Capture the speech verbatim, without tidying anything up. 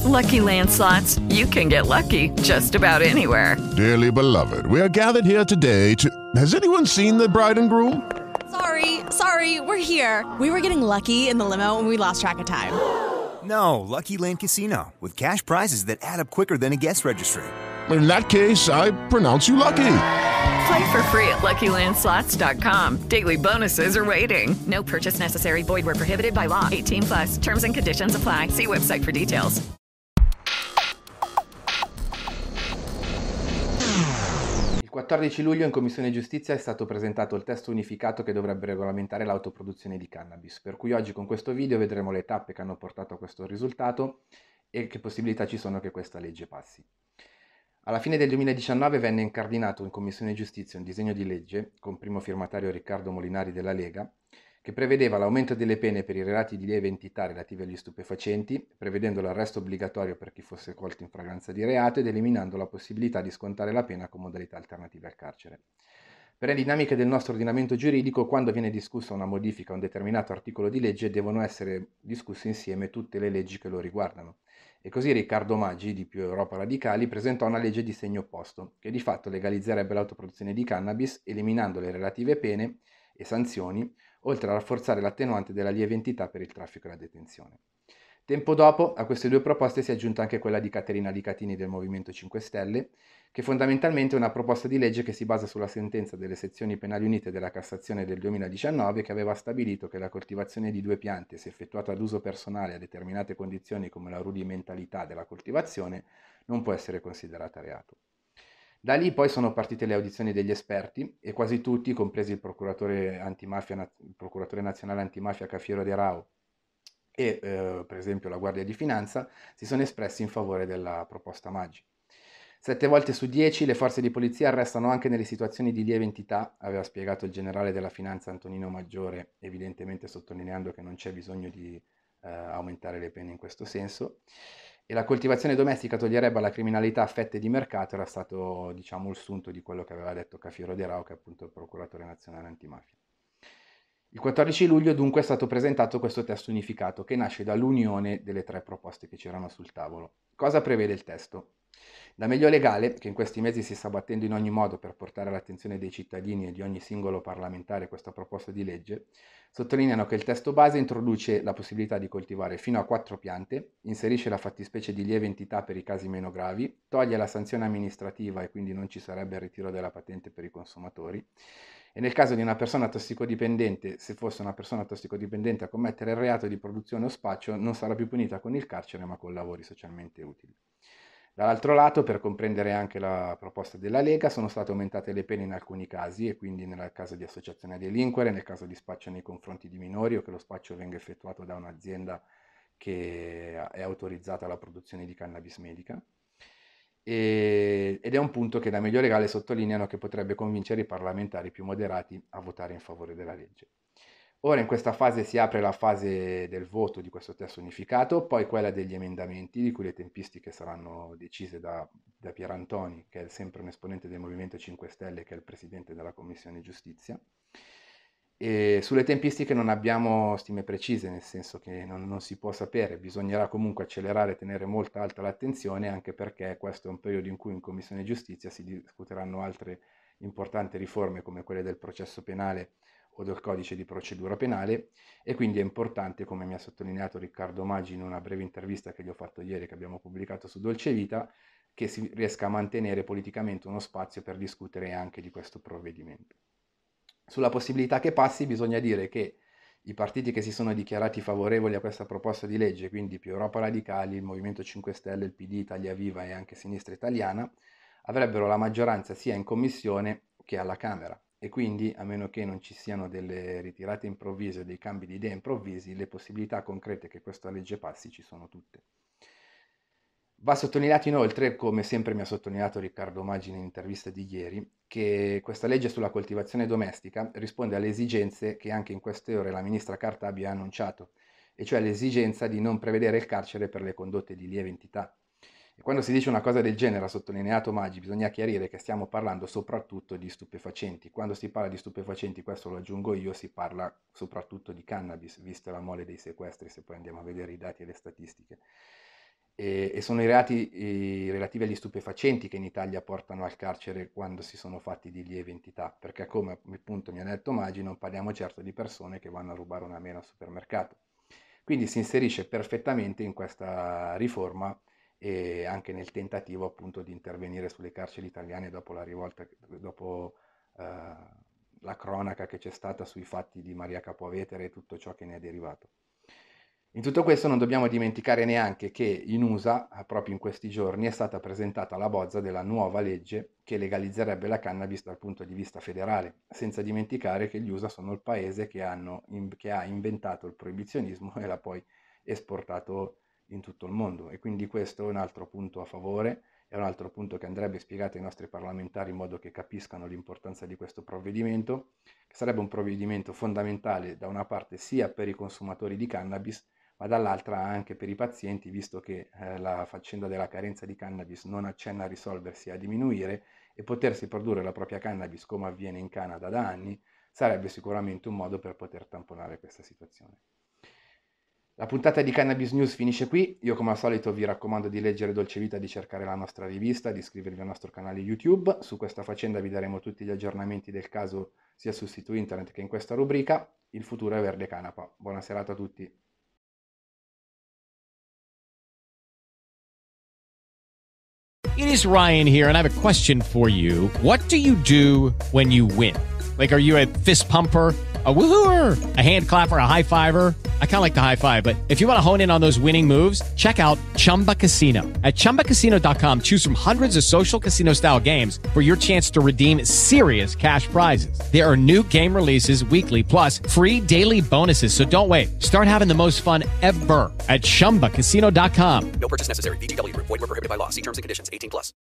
Lucky Land Slots, you can get lucky just about anywhere. Dearly beloved, we are gathered here today to... Has anyone seen the bride and groom? Sorry, sorry, we're here. We were getting lucky in the limo and we lost track of time. No, Lucky Land Casino, with cash prizes that add up quicker than a guest registry. In that case, I pronounce you lucky. Play for free at Lucky Land Slots dot com. Daily bonuses are waiting. No purchase necessary. Void where prohibited by law. eighteen plus. Terms and conditions apply. See website for details. Il quattordici luglio in Commissione Giustizia è stato presentato il testo unificato che dovrebbe regolamentare l'autoproduzione di cannabis, per cui oggi con questo video vedremo le tappe che hanno portato a questo risultato e che possibilità ci sono che questa legge passi. Alla fine del duemiladiciannove venne incardinato in Commissione Giustizia un disegno di legge, con primo firmatario Riccardo Molinari della Lega, che prevedeva l'aumento delle pene per i reati di lieve entità relativi agli stupefacenti, prevedendo l'arresto obbligatorio per chi fosse colto in fragranza di reato ed eliminando la possibilità di scontare la pena con modalità alternative al carcere. Per le dinamiche del nostro ordinamento giuridico, quando viene discussa una modifica a un determinato articolo di legge, devono essere discusse insieme tutte le leggi che lo riguardano. E così Riccardo Maggi, di Più Europa Radicali, presentò una legge di segno opposto, che di fatto legalizzerebbe l'autoproduzione di cannabis, eliminando le relative pene e sanzioni, oltre a rafforzare l'attenuante della lieve entità per il traffico e la detenzione. Tempo dopo, a queste due proposte si è aggiunta anche quella di Caterina Licatini del Movimento cinque Stelle, che fondamentalmente è una proposta di legge che si basa sulla sentenza delle sezioni penali unite della Cassazione del duemiladiciannove, che aveva stabilito che la coltivazione di due piante, se effettuata ad uso personale a determinate condizioni come la rudimentalità della coltivazione, non può essere considerata reato. Da lì poi sono partite le audizioni degli esperti e quasi tutti, compresi il procuratore, antimafia, il procuratore nazionale antimafia Cafiero De Rao e eh, per esempio la Guardia di Finanza, si sono espressi in favore della proposta Maggi. Sette volte su dieci le forze di polizia arrestano anche nelle situazioni di lieve entità, aveva spiegato il generale della Finanza Antonino Maggiore, evidentemente sottolineando che non c'è bisogno di eh, aumentare le pene in questo senso. E la coltivazione domestica toglierebbe alla criminalità a fette di mercato, era stato, diciamo, il sunto di quello che aveva detto Cafiero De Rao, che è appunto il procuratore nazionale antimafia. Il quattordici luglio dunque è stato presentato questo testo unificato che nasce dall'unione delle tre proposte che c'erano sul tavolo. Cosa prevede il testo? Da Meglio Legale, che in questi mesi si sta battendo in ogni modo per portare all'attenzione dei cittadini e di ogni singolo parlamentare questa proposta di legge, sottolineano che il testo base introduce la possibilità di coltivare fino a quattro piante, inserisce la fattispecie di lieve entità per i casi meno gravi, toglie la sanzione amministrativa e quindi non ci sarebbe il ritiro della patente per i consumatori, e nel caso di una persona tossicodipendente, se fosse una persona tossicodipendente a commettere il reato di produzione o spaccio, non sarà più punita con il carcere ma con lavori socialmente utili. Dall'altro lato, per comprendere anche la proposta della Lega, sono state aumentate le pene in alcuni casi, e quindi nel caso di associazione a delinquere, nel caso di spaccio nei confronti di minori o che lo spaccio venga effettuato da un'azienda che è autorizzata alla produzione di cannabis medica. E, ed è un punto che da Meglio Legale sottolineano che potrebbe convincere i parlamentari più moderati a votare in favore della legge. Ora in questa fase si apre la fase del voto di questo testo unificato, poi quella degli emendamenti, di cui le tempistiche saranno decise da, da Pierantoni, che è sempre un esponente del Movimento cinque Stelle, che è il presidente della Commissione Giustizia. E sulle tempistiche non abbiamo stime precise, nel senso che non, non si può sapere, bisognerà comunque accelerare e tenere molto alta l'attenzione, anche perché questo è un periodo in cui in Commissione Giustizia si discuteranno altre importanti riforme come quelle del processo penale o del codice di procedura penale, e quindi è importante, come mi ha sottolineato Riccardo Maggi in una breve intervista che gli ho fatto ieri, che abbiamo pubblicato su Dolce Vita, che si riesca a mantenere politicamente uno spazio per discutere anche di questo provvedimento. Sulla possibilità che passi bisogna dire che i partiti che si sono dichiarati favorevoli a questa proposta di legge, quindi Più Europa Radicali, il Movimento cinque Stelle, il P D, Italia Viva e anche Sinistra Italiana, avrebbero la maggioranza sia in commissione che alla Camera, e quindi, a meno che non ci siano delle ritirate improvvise o dei cambi di idea improvvisi, le possibilità concrete che questa legge passi ci sono tutte. Va sottolineato inoltre, come sempre mi ha sottolineato Riccardo Maggi nell'intervista di ieri, che questa legge sulla coltivazione domestica risponde alle esigenze che anche in queste ore la ministra Cartabia ha annunciato, e cioè l'esigenza di non prevedere il carcere per le condotte di lieve entità. E quando si dice una cosa del genere, ha sottolineato Maggi, bisogna chiarire che stiamo parlando soprattutto di stupefacenti. Quando si parla di stupefacenti, questo lo aggiungo io, si parla soprattutto di cannabis, vista la mole dei sequestri, se poi andiamo a vedere i dati e le statistiche. e, e sono i reati i relativi agli stupefacenti che in Italia portano al carcere quando si sono fatti di lieve entità, perché come appunto mi ha detto Maggi non parliamo certo di persone che vanno a rubare una mela al supermercato. Quindi si inserisce perfettamente in questa riforma e anche nel tentativo appunto di intervenire sulle carceri italiane dopo la rivolta, dopo eh, la cronaca che c'è stata sui fatti di Maria Capuavetere e tutto ciò che ne è derivato. In tutto questo non dobbiamo dimenticare neanche che in U S A, proprio in questi giorni, è stata presentata la bozza della nuova legge che legalizzerebbe la cannabis dal punto di vista federale, senza dimenticare che gli U S A sono il paese che, hanno, che ha inventato il proibizionismo e l'ha poi esportato in tutto il mondo. E quindi questo è un altro punto a favore, è un altro punto che andrebbe spiegato ai nostri parlamentari in modo che capiscano l'importanza di questo provvedimento, che sarebbe un provvedimento fondamentale da una parte sia per i consumatori di cannabis, ma dall'altra anche per i pazienti, visto che eh, la faccenda della carenza di cannabis non accenna a risolversi e a diminuire, e potersi produrre la propria cannabis come avviene in Canada da anni sarebbe sicuramente un modo per poter tamponare questa situazione. La puntata di Cannabis News finisce qui. Io come al solito vi raccomando di leggere Dolce Vita, di cercare la nostra rivista, di iscrivervi al nostro canale YouTube. Su questa faccenda vi daremo tutti gli aggiornamenti del caso sia sul sito internet che in questa rubrica. Il futuro è verde canapa. Buona serata a tutti. It is Ryan here, and I have a question for you. What do you do when you win? Like, are you a fist pumper, a woohooer, a hand clapper, a high fiver? I kind of like the high five, but if you want to hone in on those winning moves, check out Chumba Casino. At chumba casino dot com, choose from hundreds of social casino style games for your chance to redeem serious cash prizes. There are new game releases weekly, plus free daily bonuses. So don't wait. Start having the most fun ever at chumba casino dot com. No purchase necessary. V G W Group. Void where prohibited by law. See terms and conditions. eighteen plus.